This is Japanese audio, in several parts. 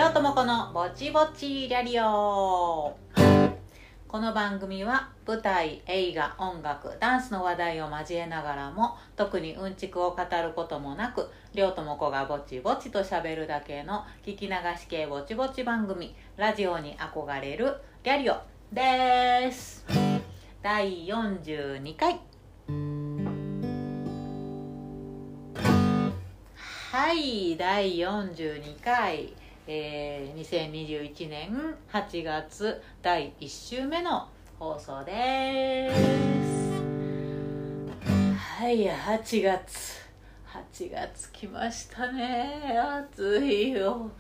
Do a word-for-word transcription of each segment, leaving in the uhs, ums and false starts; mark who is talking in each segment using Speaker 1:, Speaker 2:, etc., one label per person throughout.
Speaker 1: ょともこのぼちぼちラリオ。この番組は舞台、映画、音楽、ダンスの話題を交えながらも特にうんちくを語ることもなく、りょうともこがぼちぼちと喋るだけの聞き流し系ぼちぼち番組、ラジオに憧れるリャリオです。だいよんじゅうにかい。はい、だいよんじゅうにかい、えー、にせんにじゅういちねんはちがつだいいっ週目の放送です。はい、はちがつはちがつ来ましたね。暑いよ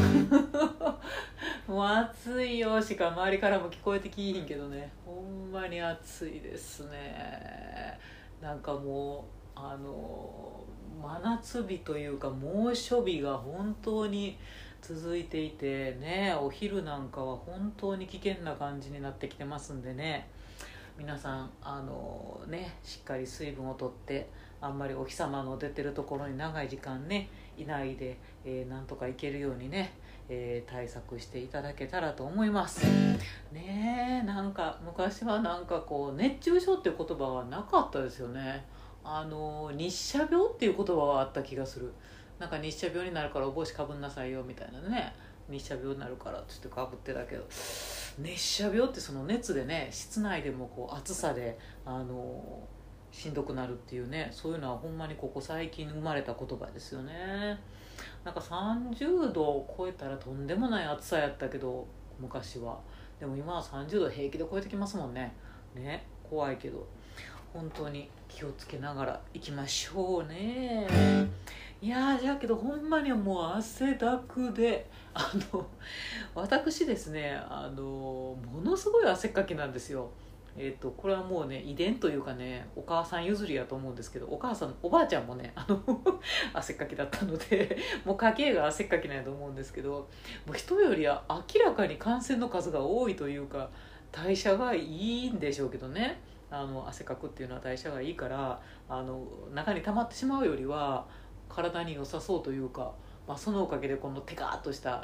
Speaker 1: もう暑いよしか周りからも聞こえてきいひんけどね、ほんまに暑いですね。なんかもうあの真夏日というか猛暑日が本当に続いていてね、お昼なんかは本当に危険な感じになってきてますんでね、皆さんあのねしっかり水分をとって、あんまりお日様の出てるところに長い時間ねいないで、えー、なんとか行けるようにね、えー、対策していただけたらと思いますね。えなんか昔はなんかこう熱中症っていう言葉はなかったですよね。あの日射病っていう言葉はあった気がする。なんか日射病になるからお帽子かぶんなさいよみたいなね、日射病になるからって言ってかぶってたけど、熱射病ってその熱でね、室内でもこう暑さであのしんどくなるっていうね、そういうのはほんまにここ最近生まれた言葉ですよね。なんかさんじゅうどを超えたらとんでもない暑さやったけど昔は、でも今はさんじゅうど平気で超えてきますもんね。ね、怖いけど本当に気をつけながら行きましょうね。いやーじゃあけどほんまにもう汗だくで、あの私ですね、あのものすごい汗っかきなんですよ。えー、とこれはもうね遺伝というかね、お母さん譲りやと思うんですけど、お母さんおばあちゃんもねあの汗っかきだったのでもう家系が汗っかきなんやと思うんですけど、もう人よりは明らかに感染の数が多いというか、代謝がいいんでしょうけどね、あの汗かくっていうのは代謝がいいから、あの中に溜まってしまうよりは体に良さそうというか、まあ、そのおかげでこのテカーッとした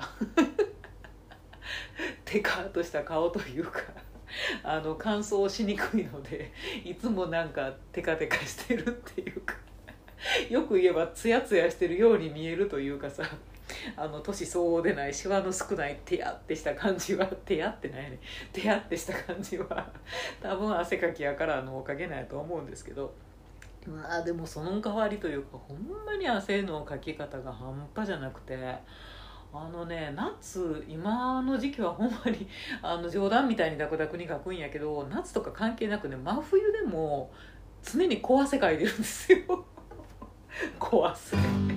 Speaker 1: テカーッとした顔というかあの乾燥しにくいので、いつもなんかテカテカしてるっていうかよく言えばツヤツヤしてるように見えるというかさ、あの年相応でないシワの少ないテヤってした感じは、テヤってないねテヤってした感じは多分汗かきやからのおかげなんやと思うんですけど、まあでもその代わりというか、ほんまに汗のかき方が半端じゃなくて、あのね夏今の時期はほんまにあの冗談みたいにダクダクにかくんやけど、夏とか関係なくね、真冬でも常に小汗かいてるんですよ小汗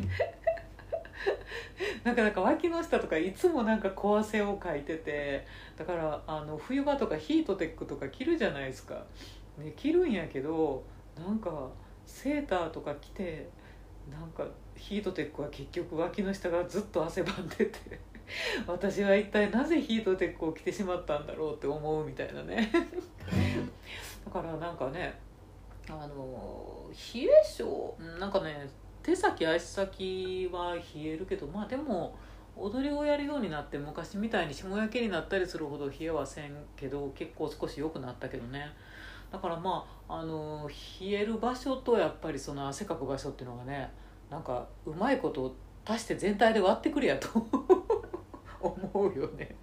Speaker 1: なんかなんか脇の下とかいつもなんか小汗をかいてて、だからあの冬場とかヒートテックとか着るじゃないですか、ね、着るんやけど、なんかセーターとか着て、なんかヒートテックは結局脇の下がずっと汗ばんでて私は一体なぜヒートテックを着てしまったんだろうって思うみたいなねだからなんかね、あの冷え性なんかね、手先足先は冷えるけど、まあでも踊りをやるようになって昔みたいに霜焼けになったりするほど冷えはせんけど、結構少し良くなったけどね。だからまあ、あの冷える場所とやっぱりその汗かく場所っていうのがね、なんかうまいことを足して全体で割ってくれやと思うよね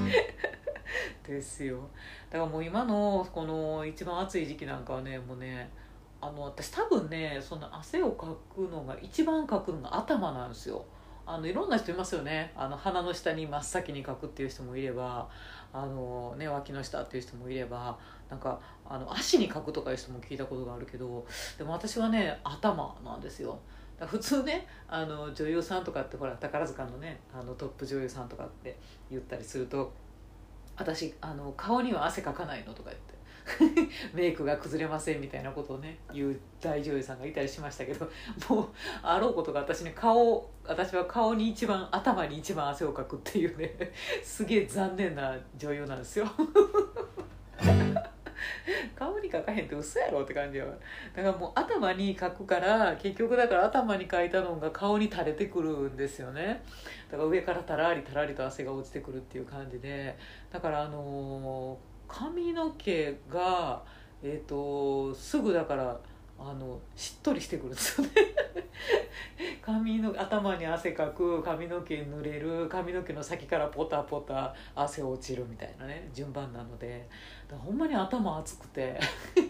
Speaker 1: ですよ。だからもう今のこの一番暑い時期なんかはね、もうね、あの私多分ね、その汗をかくのが一番かくのが頭なんですよ。あのいろんな人いますよね。あの鼻の下に真っ先にかくっていう人もいれば、あの、ね、脇の下っていう人もいれば、なんかあの足にかくとかいう人も聞いたことがあるけど、でも私はね頭なんですよ。だから普通ね、あの女優さんとかってほら宝塚のね、あのトップ女優さんとかって言ったりすると、私あの顔には汗かかないのとか言ってメイクが崩れませんみたいなことをね言う大女優さんがいたりしましたけど、もうあろうことが私ね、顔私は顔に一番頭に一番汗をかくっていうねすげえ残念な女優なんですよ顔に描かへんって嘘やろって感じやわ。だからもう頭に描くから結局だから頭に描いたのが顔に垂れてくるんですよね。だから上からたらりたらりと汗が落ちてくるっていう感じで、だからあのー髪の毛がえっ、とすぐだからあのしっとりしてくるんですよね。髪の頭に汗かく、髪の毛濡れる、髪の毛の先からポタポタ汗落ちるみたいなね順番なので、だからほんまに頭熱くて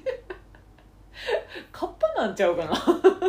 Speaker 1: カッパなんちゃうかな。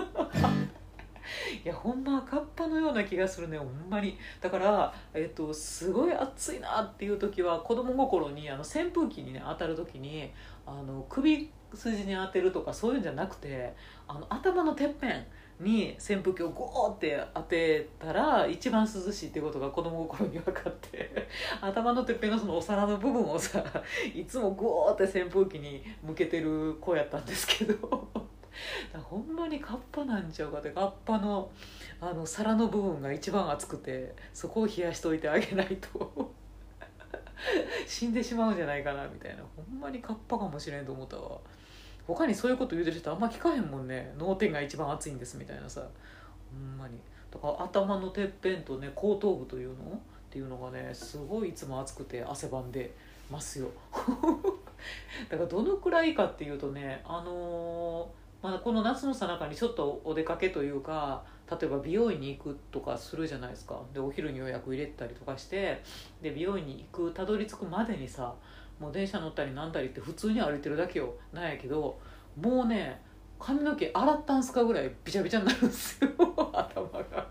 Speaker 1: いやほんまカッパのような気がするね、ほんまに。だから、えっと、すごい暑いなっていう時は子供心にあの扇風機にね当たる時にあの首筋に当てるとかそういうんじゃなくて、あの頭のてっぺんに扇風機をゴーって当てたら一番涼しいっていうことが子供心に分かって頭のてっぺんのそのお皿の部分をさいつもゴーって扇風機に向けてる子やったんですけどほんまにカッパなんちゃうかって、カッパのあの皿の部分が一番熱くてそこを冷やしといてあげないと死んでしまうんじゃないかなみたいな、ほんまにカッパかもしれんと思ったわ。他にそういうこと言うてる人あんま聞かへんもんね、脳天が一番熱いんですみたいなさ。ほんまにだから頭のてっぺんとね後頭部というのっていうのがねすごいいつも熱くて汗ばんでますよだからどのくらいかっていうとね、あのーまあ、この夏のさなかにちょっとお出かけというか、例えば美容院に行くとかするじゃないですか。でお昼に予約入れたりとかしてで美容院に行くたどり着くまでにさ、もう電車乗ったりなんだりって普通に歩いてるだけよなんやけど、もうね髪の毛洗ったんすかぐらいビチャビチャになるんですよ頭が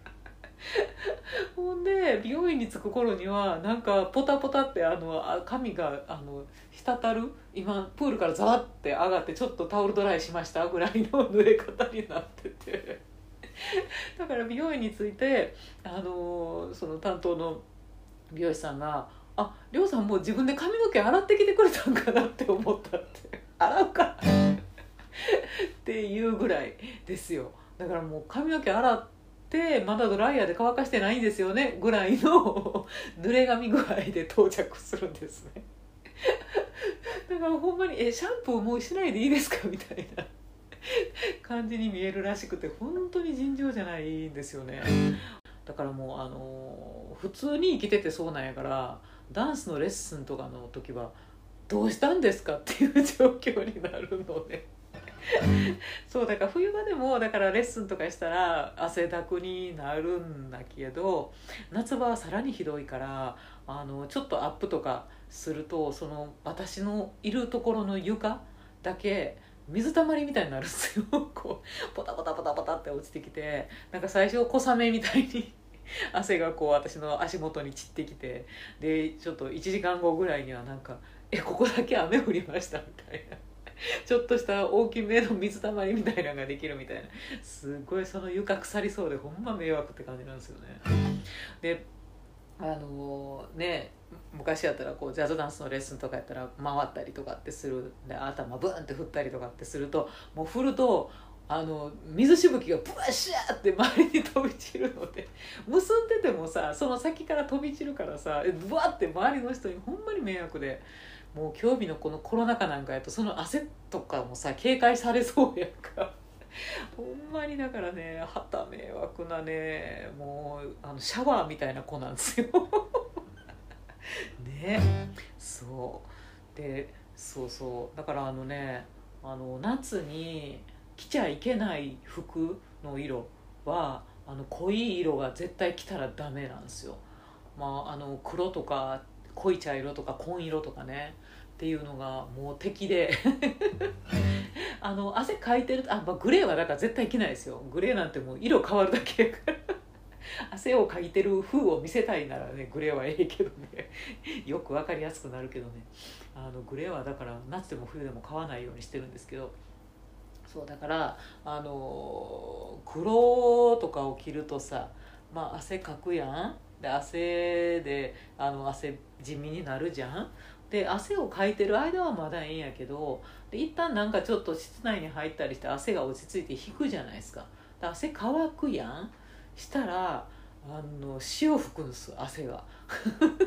Speaker 1: ほんで美容院に着く頃にはなんかポタポタってあのあ髪があの滴る、今プールからザワッて上がってちょっとタオルドライしましたぐらいの濡れ方になっててだから美容院に着いてあのその担当の美容師さんが「あ、りょうさんもう自分で髪の毛洗ってきてくれたんかな」って思ったって洗うかっていうぐらいですよ。だからもう髪の毛洗ってまだドライヤーで乾かしてないんですよねぐらいの濡れ髪具合で到着するんですね。だからほんまにえシャンプーもうしないでいいですかみたいな感じに見えるらしくて、本当に尋常じゃないんですよね。だからもうあの普通に生きててそうなんやから、ダンスのレッスンとかの時はどうしたんですかっていう状況になるのねそうだから冬場でもだからレッスンとかしたら汗だくになるんだけど、夏場はさらにひどいから、あのちょっとアップとかするとその私のいるところの床だけ水たまりみたいになるんですよこうポタポタポタポタって落ちてきて、なんか最初小雨みたいに汗がこう私の足元に散ってきて、でちょっといちじかんごぐらいにはなんか「えここだけ雨降りました」みたいなちょっとした大きめの水たまりみたいなのができるみたいな、すごいその床腐りそうでほんま迷惑って感じなんですよね。であのー、ね昔やったらこうジャズダンスのレッスンとかやったら回ったりとかってするで、頭ブーンって振ったりとかってすると、もう振るとあの水しぶきがブワッシャーって周りに飛び散るので、結んでてもさその先から飛び散るからさブワッて周りの人にほんまに迷惑で、もう今日日のこのコロナ禍なんかやとその汗とかもさ警戒されそうやんかほんまにだからねはた迷惑なね、もうあのシャワーみたいな子なんですよね、そうでそうそうだからあのねあの夏に着ちゃいけない服の色はあの濃い色が絶対着たらダメなんですよ。まああの黒とか濃い茶色とか紺色とかねっていうのがもう敵であの汗かいてるあ、まあ、グレーはだから絶対着ないですよ。グレーなんてもう色変わるだけやから汗をかいてる風を見せたいならねグレーはええけどねよく分かりやすくなるけどね、あのグレーはだから夏でも冬でも買わないようにしてるんですけど、そうだからあの黒とかを着るとさ、まあ汗かくやんで、汗であの汗地味になるじゃん。で汗をかいてる間はまだいいんやけど、で一旦なんかちょっと室内に入ったりして汗が落ち着いて引くじゃないですか。で汗乾くやんしたらあの潮吹くんです汗が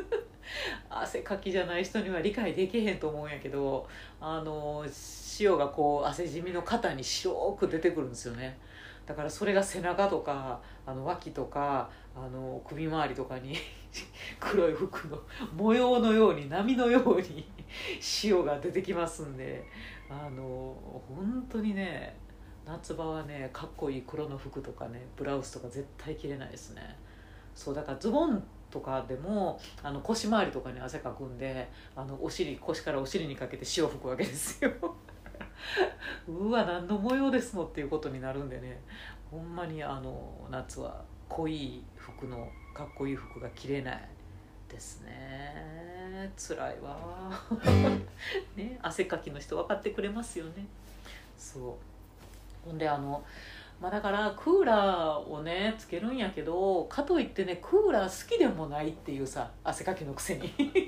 Speaker 1: 汗かきじゃない人には理解できへんと思うんやけど、あの塩がこう汗じみの肩に白く出てくるんですよね。だからそれが背中とかあの脇とかあの首周りとかに黒い服の模様のように波のように塩が出てきますんで、あの本当にね、夏場はねかっこいい黒の服とかねブラウスとか絶対着れないですね。そうだからズボンとかでもあの腰回りとかに汗かくんで、あのお尻腰からお尻にかけて塩吹くわけですようわ何の模様ですのっていうことになるんでね、ほんまにあの夏は濃い服のかっこいい服が着れないですね。辛いわね、汗かきの人分かってくれますよね。そうほんであのまあ、だからクーラーをねつけるんやけど、かといってねクーラー好きでもないっていうさ、汗かきのくせに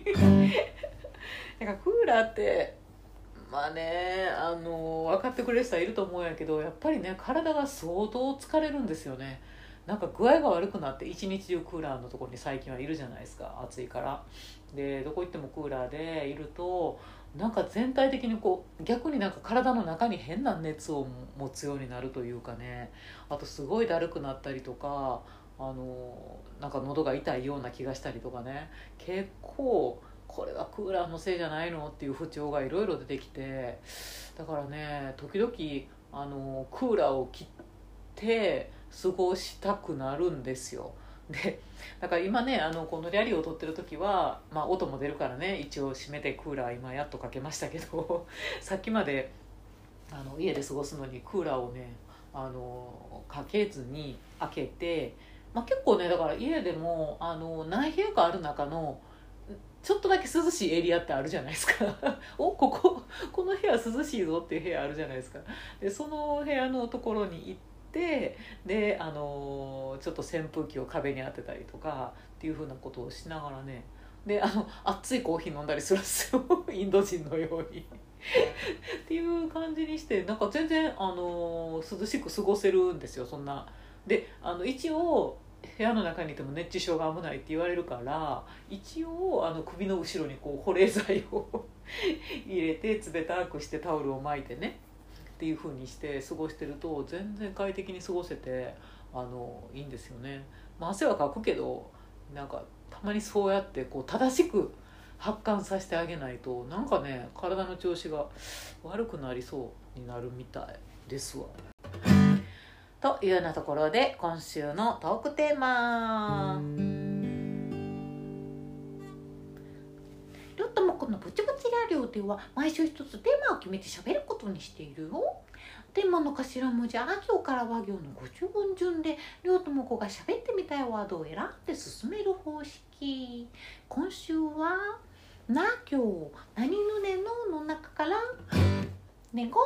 Speaker 1: だからクーラーってまあね、あの分かってくれる人はいると思うんやけど、やっぱりね体が相当疲れるんですよね。なんか具合が悪くなって一日中クーラーのところに最近はいるじゃないですか、暑いから。でどこ行ってもクーラーでいるとなんか全体的にこう逆になんか体の中に変な熱を持つようになるというかね、あとすごいだるくなったりとか、あのなんか喉が痛いような気がしたりとかね、結構これはクーラーのせいじゃないのっていう不調がいろいろ出てきて、だからね時々あのクーラーを切って過ごしたくなるんですよ。でだから今ねあのこのリャリーを撮ってる時は、まあ、音も出るからね一応閉めてクーラー今やっとかけましたけどさっきまであの家で過ごすのにクーラーをねあのかけずに開けて、まあ、結構ねだから家でもあの何部屋かある中のちょっとだけ涼しいエリアってあるじゃないですかおこここの部屋涼しいぞっていう部屋あるじゃないですか。でその部屋のところに行ってで、あのちょっと扇風機を壁に当てたりとかっていうふうなことをしながらね、であの熱いコーヒー飲んだりするんですよインド人のようにっていう感じにして、なんか全然、あの涼しく過ごせるんですよ。そんなであの一応部屋の中にいても熱中症が危ないって言われるから、一応あの首の後ろにこう保冷剤を入れて冷たくしてタオルを巻いてねっていう風にして過ごしてると全然快適に過ごせて、あのいいんですよね。まあ、汗はかくけどなんかたまにそうやってこう正しく発汗させてあげないとなんかね体の調子が悪くなりそうになるみたいですわ。というようなところで今週のトークテーマ、りょうともこのブチブチラジオでは毎週一つテーマを決めて喋ることにしているよ。テーマの頭文字あ行から和行のごじゅう音順でりょうともこが喋ってみたいワードを選んで進める方式。今週はな行何ぬねのの中から寝言。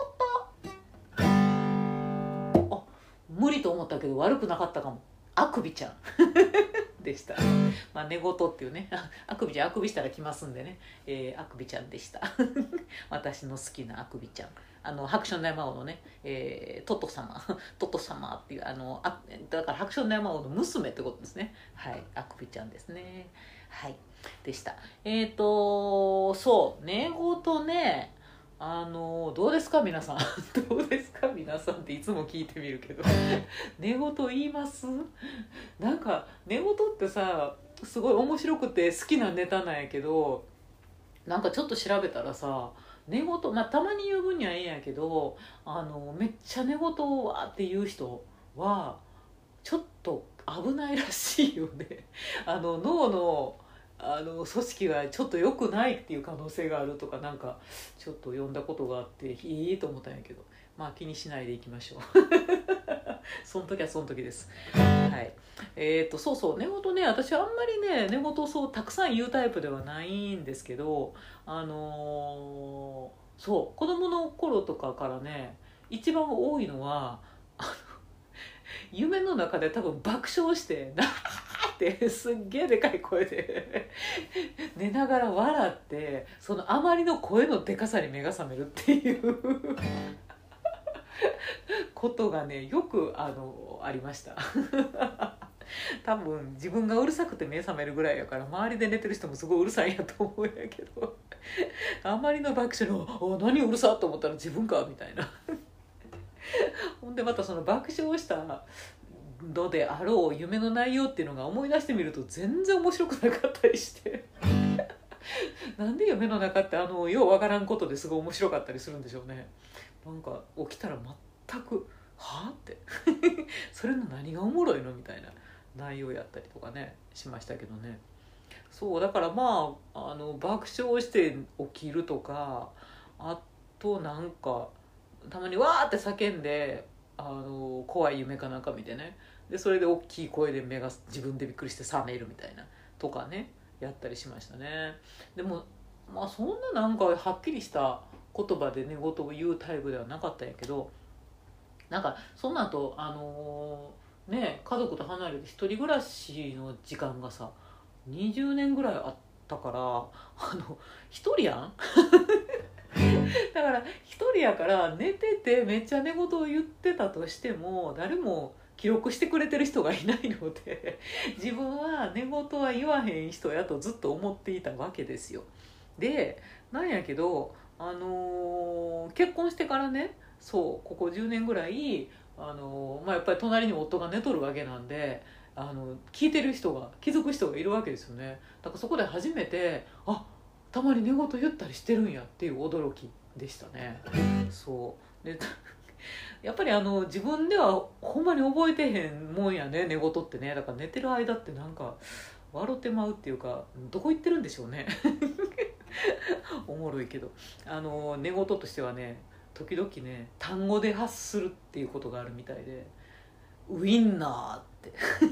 Speaker 1: あ、無理と思ったけど悪くなかったかも。あくびちゃんでした。まあ寝言っていうね、あくびちゃんあくびしたら来ますんでね、えー、あくびちゃんでした私の好きなあくびちゃん、あのハクション大魔王のね、えー、トト様トト様っていうあのあだからハクション大魔王の娘ってことですね。はい、あくびちゃんですね。はいでした。えっ、ー、とそう寝言ね、あのどうですか皆さんどうですか皆さんっていつも聞いてみるけど寝言言います？なんか寝言ってさすごい面白くて好きなネタなんやけど、なんかちょっと調べたらさ寝言、まあたまに言う分にはいいんやけど、あのめっちゃ寝言をわーって言う人はちょっと危ないらしいよねあの脳のあの組織がちょっと良くないっていう可能性があるとかなんかちょっと読んだことがあっていいと思ったんやけど、まあ気にしないでいきましょうその時はその時です。はいえー、とそうそう寝言ね、私はあんまりね寝言そうたくさん言うタイプではないんですけど、あのー、そう子供の頃とかからね一番多いのはあの夢の中で多分爆笑してなってすっげえでかい声で寝ながら笑って、そのあまりの声のでかさに目が覚めるっていうことがねよくあのありました多分自分がうるさくて目覚めるぐらいやから、周りで寝てる人もすごいうるさいんやと思うんやけど、あまりの爆笑の「お何うるさ」と思ったら自分かみたいな。ほんでまたその爆笑したのであろう夢の内容っていうのが思い出してみると全然面白くなかったりしてなんで夢の中ってあのようわからんことですごい面白かったりするんでしょうね。なんか起きたら全くはあってそれの何がおもろいのみたいな内容やったりとかねしましたけどね。そうだからまあ、あの爆笑して起きるとか、あとなんかたまにわーって叫んであの怖い夢かなんか見てね、でそれで大きい声で目が自分でびっくりして覚めるみたいなとかねやったりしましたね。でもまあそんななんかはっきりした言葉で寝言を言うタイプではなかったんやけど、なんかその後あのーね家族と離れて一人暮らしの時間がさにじゅうねんぐらいあったから、あの一人やんだから一人やから寝ててめっちゃ寝言を言ってたとしても誰も記録してくれてる人がいないので自分は寝言は言わへん人やとずっと思っていたわけですよ。でなんやけど、あのー結婚してからね、そうここじゅうねんぐらい、あのーまあ、やっぱり隣に夫が寝とるわけなんで、あの聞いてる人が気づく人がいるわけですよね。だからそこで初めてあたまに寝言言ったりしてるんやっていう驚きでしたね。そうでやっぱりあの自分ではほんまに覚えてへんもんやね寝言ってね。だから寝てる間ってなんか笑ってまうっていうか、どこ行ってるんでしょうねおもろいけど、あの寝言としてはね時々ね単語で発するっていうことがあるみたいで、ウインナーって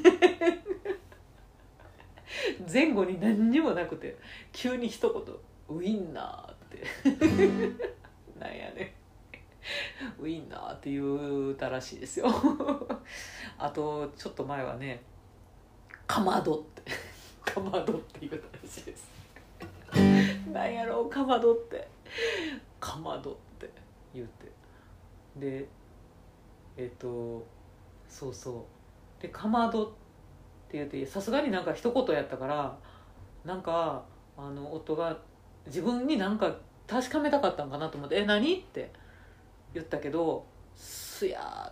Speaker 1: 前後に何にもなくて急に一言ウインナーってなんやねウインナーって言うたらしいですよあとちょっと前はねかまどってかまどって言うたらしいですなんやろうかまどってかまどって言うて、でえっとそうそうでかまどって言ってさすがになんか一言やったからなんかあの夫が自分になんか確かめたかったんかなと思って「え何?」って言ったけど「すやー」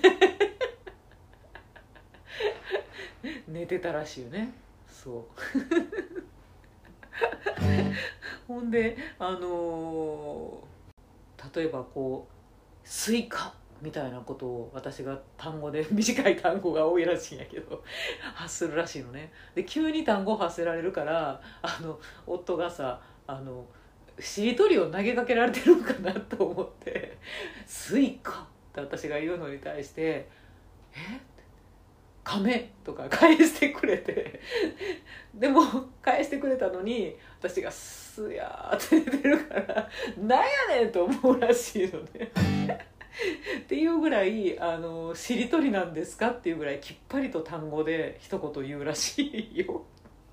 Speaker 1: って寝てたらしいよね。そうほんであのー例えばこうスイカみたいなことを私が単語で短い単語が多いらしいんやけど発するらしいのね。で急に単語を発せられるからあの夫がさあのしりとりを投げかけられてるのかなと思って「スイカ」って私が言うのに対して「え亀」とか返してくれてでも返してくれたのに私が「すやー」って出てるから「なんやねん」と思うらしいのねっていうぐらいあのしりとりなんですかっていうぐらいきっぱりと単語で一言言うらしいよ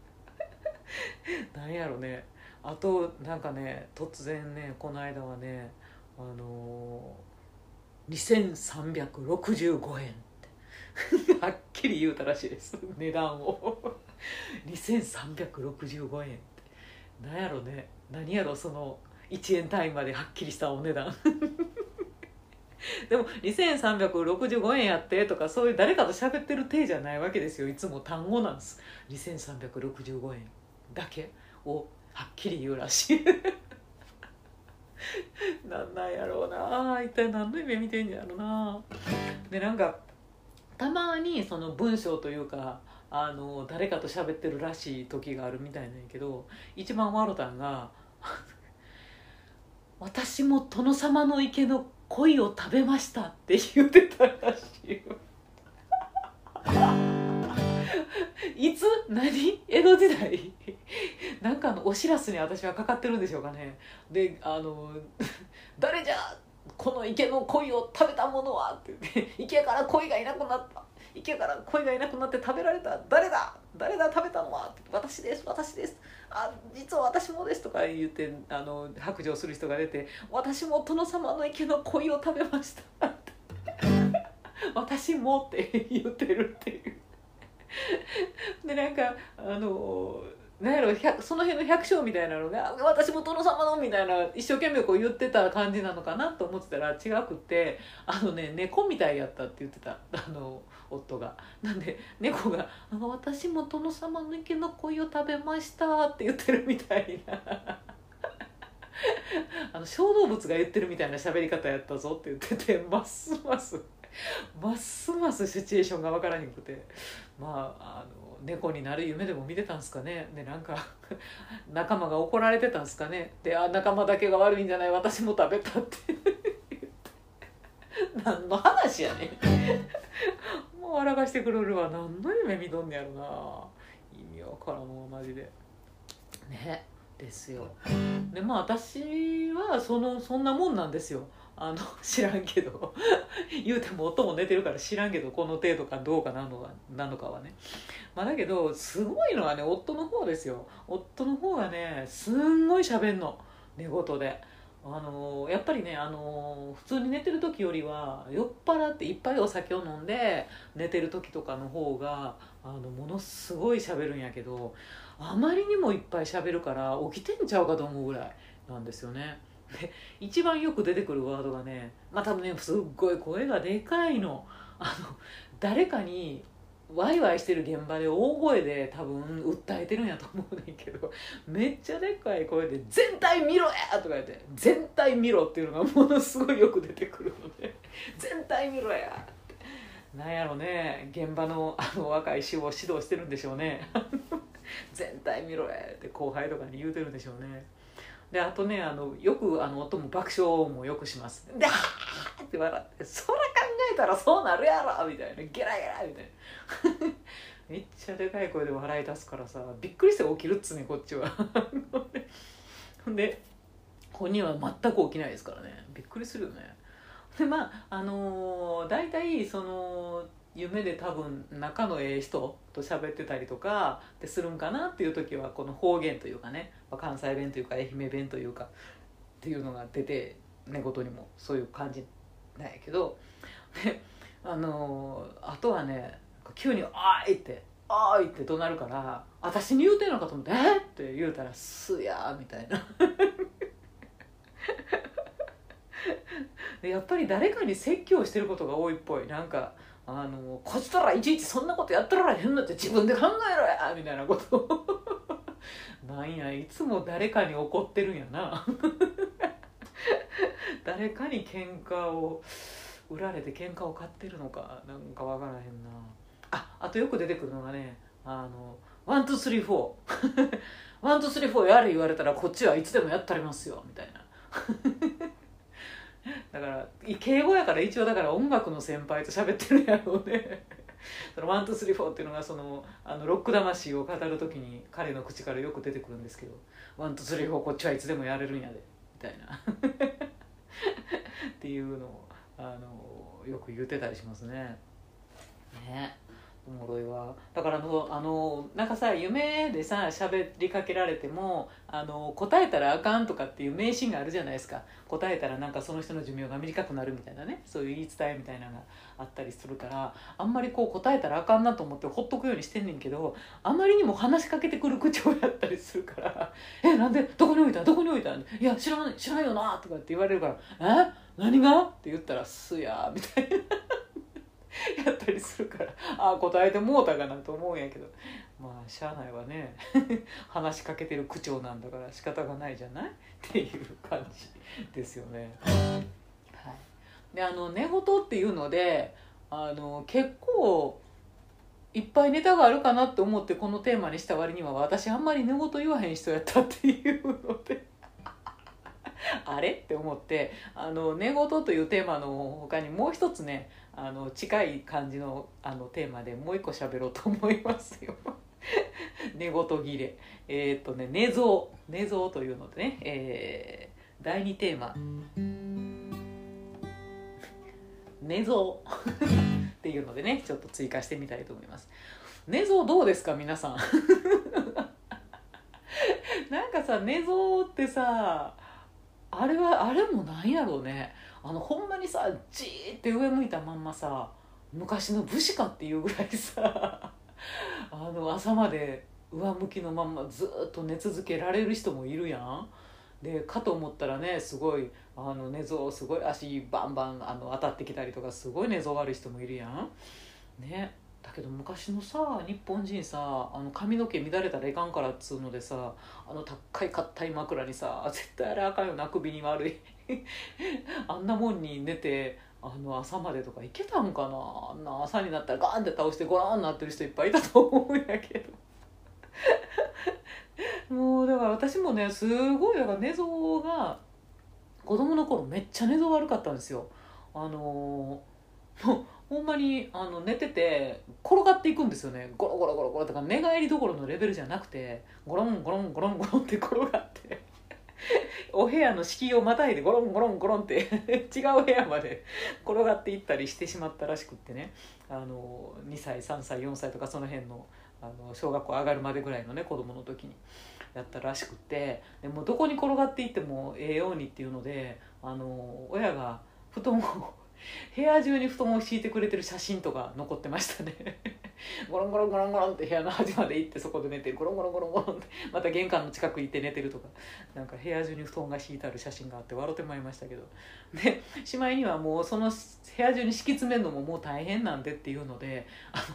Speaker 1: なんやろね。あとなんかね突然ねこの間はねあのにせんさんびゃくろくじゅうごえんってはっきり言うたらしいです値段をにせんさんびゃくろくじゅうごえんってなんやろね。何やろそのいちえん単位まではっきりしたお値段でもにせんさんびゃくろくじゅうごえんやってとかそういう誰かと喋ってる体じゃないわけですよ。いつも単語なんです。にせんさんびゃくろくじゅうごえんだけをはっきり言うらしいなんなんやろうな、一体何の夢見てんやろな。でなんかたまにその文章というかあの誰かと喋ってるらしい時があるみたいなんやけど、一番笑たんが私も殿様の池の鯉を食べましたって言ってたらしいよいつ何江戸時代なんかのお知らせに私はかかってるんでしょうかね。であの誰じゃこの池の鯉を食べたものはって言って池から鯉がいなくなった池から鯉がいなくなって食べられた誰だ誰だ食べたのはって私です私ですあ実は私もですとか言ってあの白状する人が出て私も殿様の池の鯉を食べましたって私もって言ってるっていうでなんかあのなんやろその辺の百姓みたいなのが私も殿様のみたいな一生懸命こう言ってた感じなのかなと思ってたら違くってあのね猫みたいやったって言ってたあの夫が。なんで猫が「あの私も殿様の池の鯉を食べました」って言ってるみたいなあの小動物が言ってるみたいな喋り方やったぞって言っててますますますますシチュエーションが分からへんくてまああの猫になる夢でも見てたんすかね。でなんか仲間が怒られてたんすかね。であ仲間だけが悪いんじゃない私も食べたって何の話やねんもう笑かしてくれるわ。何の夢見とんねやろな。意味わからんわマジでね。ですよ。でまあ私はそのそんなもんなんですよ。あの知らんけど言うても夫も寝てるから知らんけどこの程度かどうかなのかなのかはね。まあだけどすごいのはね夫の方ですよ。夫の方がねすんごい喋んの寝言で。あのやっぱりね、あの普通に寝てる時よりは酔っ払っていっぱいお酒を飲んで寝てる時とかの方があのものすごい喋るんやけどあまりにもいっぱい喋るから起きてんちゃうかと思うぐらいなんですよね。で一番よく出てくるワードがねまあ多分ねすっごい声がでかいの。あの誰かにワイワイしてる現場で大声で多分訴えてるんやと思うねんけどめっちゃでかい声で「全体見ろや!」とか言って「全体見ろ!」っていうのがものすごいよく出てくるので「全体見ろや!」ってなんやろね現場のあの若い衆を指導してるんでしょうね全体見ろやって後輩とかに言うてるんでしょうね。であとねあのよくあの夫も爆笑もよくします。で「はーって笑って「そら考えたらそうなるやろ!」みたいな「ゲラゲラ!」みたいなめっちゃでかい声で笑い出すからさびっくりして起きるっつねこっちはほんで本人は全く起きないですからねびっくりするよね。でまああのー、大体その夢で多分仲のええ人と喋ってたりとかってするんかなっていう時はこの方言というかね関西弁というか愛媛弁というかっていうのが出て寝言にもそういう感じなんやけどであのー、あとはね急に「あーい!」って「あーい!」って怒鳴るから私に言うてんのかと思って「えっ!」って言うたら「すやー」みたいなでやっぱり誰かに説教してることが多いっぽい。なんかあのこちとらいちいちそんなことやってられへんのって自分で考えろやみたいなことをなんやいつも誰かに怒ってるんやな誰かに喧嘩を売られて喧嘩を買ってるのかなんかわからへんなあ。あとよく出てくるのがねあのワンツースリーフォーワンツースリーフォーやれ言われたらこっちはいつでもやったりますよみたいなだから敬語やから一応だから音楽の先輩と喋ってるやろうねそのワンツースリーフォーっていうのがそのあのロック魂を語る時に彼の口からよく出てくるんですけどワンツースリーフォーこっちはいつでもやれるんやでみたいなっていうのをあのよく言ってたりしますね。ねおもろいわ。だからあのあのなんかさ夢でさ喋りかけられてもあの答えたらあかんとかっていう迷信があるじゃないですか。答えたらなんかその人の寿命が短くなるみたいなねそういう言い伝えみたいなのがあったりするからあんまりこう答えたらあかんなと思ってほっとくようにしてんねんけどあまりにも話しかけてくる口調やったりするから「えなんでどこに置いたどこに置いたんいや知らん知らんよな」とかって言われるから「え何が?」って言ったら「すや」みたいなやったりするからああ答えてもうたかなと思うんやけどまあしゃあないわね話しかけてる口調なんだから仕方がないじゃないっていう感じですよね。はい、であの寝言っていうのであの結構いっぱいネタがあるかなって思ってこのテーマにした割には私あんまり寝言言わへん人やったっていうのであれって思ってあの寝言というテーマの他にもう一つねあの近い感じのあのテーマでもう一個喋ろうと思いますよ寝言切れえー、っとね寝相寝相というのでね、えー、だいにテーマ寝相っていうのでねちょっと追加してみたいと思います。寝相どうですか皆さんなんかさ寝相ってさあれはあれもなんやろうねあのほんまにさじーって上向いたまんまさ昔の武士かっていうぐらいさあの朝まで上向きのまんまずっと寝続けられる人もいるやん。でかと思ったらね、すごいあの寝相すごい足バンバンあの当たってきたりとか、すごい寝相悪い人もいるやんね。だけど昔のさ日本人さ、あの髪の毛乱れたらいかんからっつうのでさ、あの高い硬い枕にさ、絶対あれあかんよな、首に悪いあんなもんに寝てあの朝までとかいけたんかな。あんな朝になったらガーンって倒してゴラーンなってる人いっぱいいたと思うんやけどもうだから私もね、すごいだから寝相が子供の頃めっちゃ寝相悪かったんですよ。あのー、もうほんまにあの寝てて転がっていくんですよね。ゴロゴロゴロゴロとか寝返りどころのレベルじゃなくて、ゴロンゴロンゴロンゴロンって転がってお部屋の敷居をまたいでゴロンゴロンゴロンって違う部屋まで転がっていったりしてしまったらしくってね、あのにさいさんさいよんさいとかその辺の、あの小学校上がるまでぐらいのね子供の時にやったらしくって、でもどこに転がっていってもええようにっていうので、あの親が布団を部屋中に布団を敷いてくれてる写真とか残ってましたねゴロンゴロンゴロンゴロンって部屋の端まで行ってそこで寝てる、ゴロンゴロンゴロンゴロンってまた玄関の近く行って寝てるとか、なんか部屋中に布団が敷いてある写真があって笑ってまいりましたけど、でしまいにはもうその部屋中に敷き詰めるのももう大変なんでっていうので、あの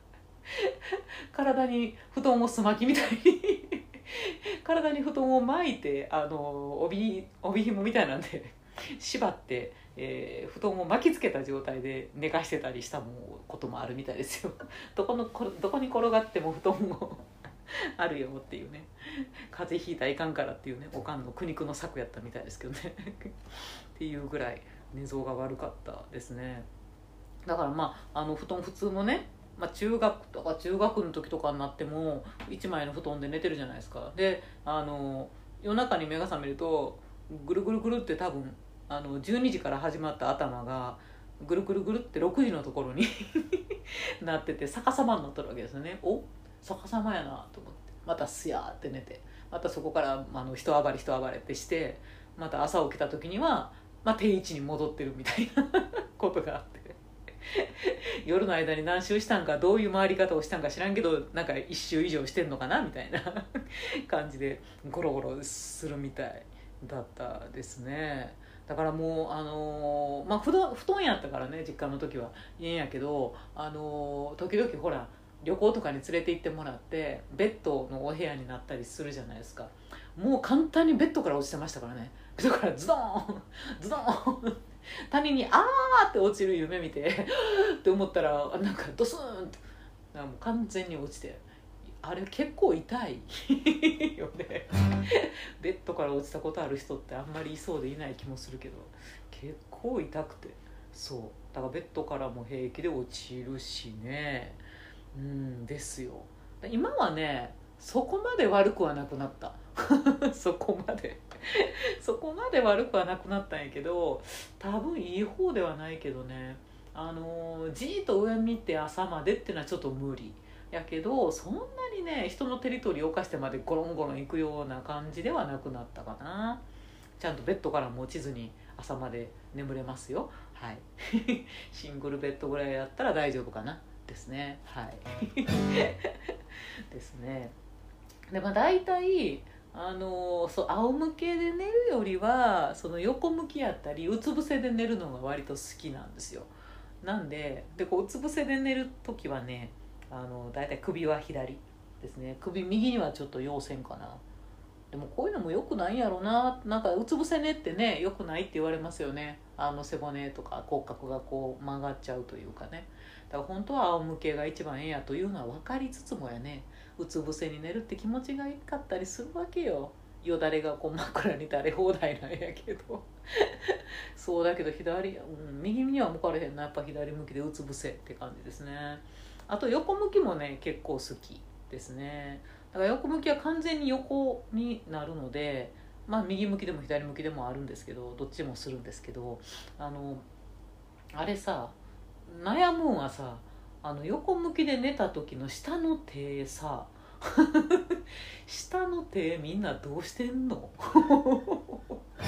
Speaker 1: 体に布団をすまきみたいに体に布団を巻いて、あの帯帯紐みたいなんで縛って、えー、布団を巻きつけた状態で寝かしてたりしたもこともあるみたいですよどこのこどこに転がっても布団をあるよっていうね、風邪ひいたらいかんからっていうね、おかんの苦肉の策やったみたいですけどねっていうぐらい寝相が悪かったですね。だからまああの布団普通のね、まあ、中学とか中学の時とかになってもいちまいの布団で寝てるじゃないですか。であの夜中に目が覚めるとぐるぐるぐるって多分あのじゅうにじから始まった頭がぐるぐるぐるってろくじのところになってて逆さまになってるわけですよね。お逆さまやなと思って、またスヤーって寝て、またそこからあの人暴れ人暴れってして、また朝起きた時には、まあ、定位置に戻ってるみたいなことがあって夜の間に何周したんか、どういう回り方をしたんか知らんけど、なんか一周以上してんのかなみたいな感じでゴロゴロするみたいだったですね。だからもうあのー、まあ布団、布団やったからね実家の時はいいんやけど、あのー、時々ほら旅行とかに連れて行ってもらってベッドのお部屋になったりするじゃないですか。もう簡単にベッドから落ちてましたからね。ベッドからズドーンズドーン谷にあーって落ちる夢見てって思ったらなんかドスーンとなんかもう完全に落ちて、あれ結構痛いよねベッドから落ちたことある人ってあんまりいそうでいない気もするけど、結構痛くて、そうだからベッドからも平気で落ちるしね。うんですよ。今はねそこまで悪くはなくなったそこまでそこまで悪くはなくなったんやけど、多分いい方ではないけどね、あのー、じーっと上見て朝までっていうのはちょっと無理やけど、そんなにね人のテリトリーを犯してまでゴロンゴロン行くような感じではなくなったかな。ちゃんとベッドからも落ちずに朝まで眠れますよ。はいシングルベッドぐらいやったら大丈夫かなですね。はいですね。でまあ大体あのそう仰向けで寝るよりはその横向きやったりうつ伏せで寝るのが割と好きなんですよ。なんででこううつ伏せで寝る時はね、あの大体首は左ですね。首右にはちょっと要せんかな。でもこういうのも良くないんやろな。なんかうつ伏せ寝ってね良くないって言われますよね。あの背骨とか骨格がこう曲がっちゃうというかね。だから本当は仰向けが一番ええやというのは分かりつつもやね、うつ伏せに寝るって気持ちがいいかったりするわけよ。よだれがこう枕に垂れ放題なんやけどそうだけど左、うん、右には向かれへんな。やっぱ左向きでうつ伏せって感じですね。あと横向きもね結構好きですね。だから横向きは完全に横になるので、まあ右向きでも左向きでもあるんですけど、どっちもするんですけど、あのあれさ悩むんはさ、あの横向きで寝た時の下の手さ下の手みんなどうしてんの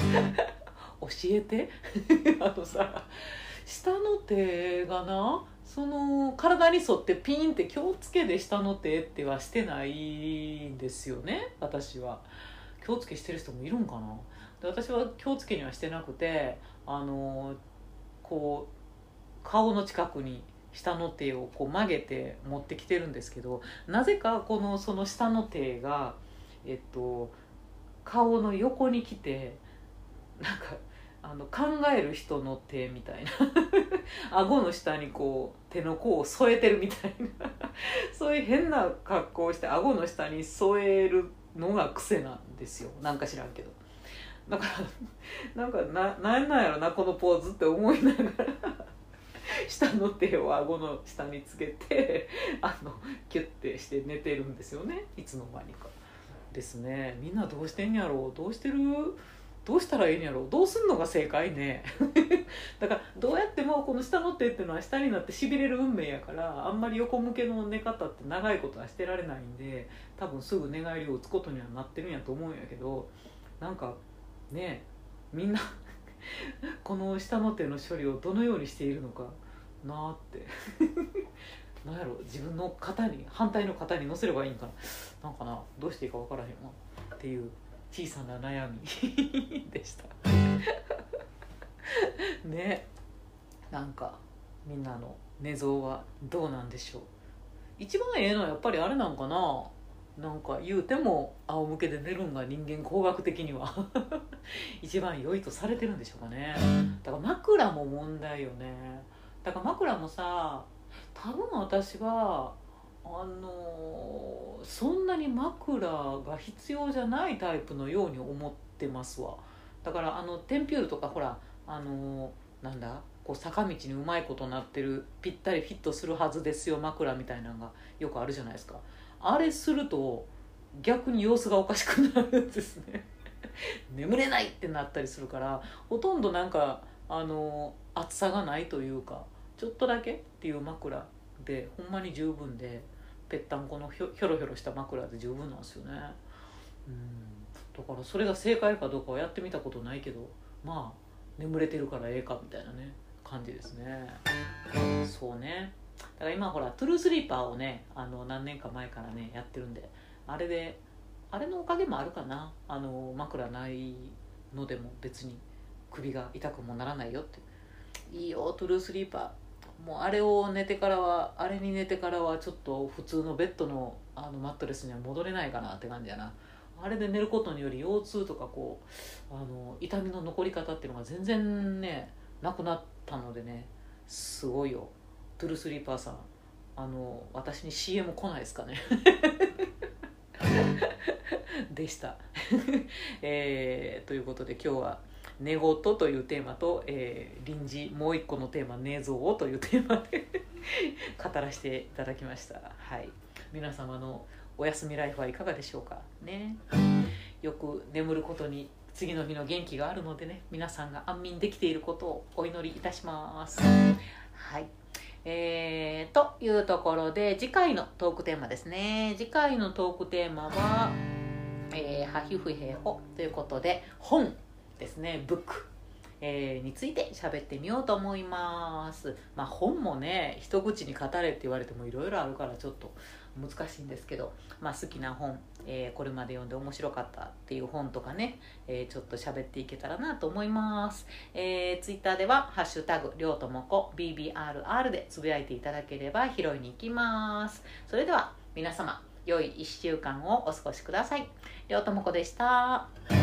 Speaker 1: 教えてあのさ下の手がなその体に沿ってピンって気をつけで下の手ってはしてないんですよね。私は気をつけしてる人もいるんかな。で私は気をつけにはしてなくて、あのこう顔の近くに下の手をこう曲げて持ってきてるんですけど、なぜかこのその下の手がえっと顔の横に来て、なんかあの考える人の手みたいな顎の下にこう手の甲を添えてるみたいなそういう変な格好をして顎の下に添えるのが癖なんですよ。なんか知らんけど、だからなんかななんなんやろなこのポーズって思いながら下の手を顎の下につけてあのキュッてして寝てるんですよね、いつの間にかですね。みんなどうしてんやろう、どうしてる、どうしたらいいんやろう、どうすんのが正解ねだからどうやってもこの下の手っていうのは下になってしびれる運命やから、あんまり横向けの寝方って長いことはしてられないんで、多分すぐ寝返りを打つことにはなってるんやと思うんやけど、なんかねみんなこの下の手の処理をどのようにしているのかなーってなんやろ、自分の肩に反対の肩に乗せればいいんかな、なんかな、どうしていいか分からへんわっていう小さな悩みでしたね。なんかみんなの寝相はどうなんでしょう。一番ええのはやっぱりあれなんかな、なんか言うても仰向けで寝るんが人間工学的には一番良いとされてるんでしょうかね。だから枕も問題よね。だから枕もさ、多分私はあのーそんなに枕が必要じゃないタイプのように思ってますわ。だからあのテンピュールとかほら、あのーなんだこう坂道にうまいことなってるぴったりフィットするはずですよ枕みたいなのがよくあるじゃないですか。あれすると逆に様子がおかしくなるんですね眠れないってなったりするから、ほとんどなんかあの厚さがないというか、ちょっとだけっていう枕でほんまに十分で、ぺったんこのひょひょろひょろした枕で十分なんですよね。うんだからそれが正解かどうかはやってみたことないけど、まあ眠れてるからええかみたいなね感じですね。そうね。だから今ほらトゥルースリーパーをね、あの何年か前からねやってるんで、あれであれのおかげもあるかな、あの枕ないのでも別に首が痛くもならないよって。いいよトゥルースリーパー、もうあれを寝てからはあれに寝てからはちょっと普通のベッドのあのマットレスには戻れないかなって感じやな。あれで寝ることにより腰痛とかこうあの痛みの残り方っていうのが全然ねなくなったのでね、すごいよトゥルースリーパーさん、あの私に シーエム 来ないですかねでした、えー、ということで今日は寝言というテーマと、えー、臨時もう一個のテーマ寝相というテーマで語らせていただきました。はい、皆様のお休みライフはいかがでしょうかね。よく眠ることに次の日の元気があるのでね、皆さんが安眠できていることをお祈りいたします。はい、えー、というところで次回のトークテーマですね。次回のトークテーマは、えー、ハヒフヘホということで本ですね、ブック、えー、について喋ってみようと思います。まあ本もね一口に語れって言われてもいろいろあるからちょっと難しいんですけど、まあ、好きな本、えー、これまで読んで面白かったっていう本とかね、えー、ちょっと喋っていけたらなと思います。えー、ツイッターではハッシュタグりょうともこ ビービーアールアール でつぶやいていただければ拾いに行きます。それでは皆様良いいっしゅうかんをお過ごしください。りょうともこでした。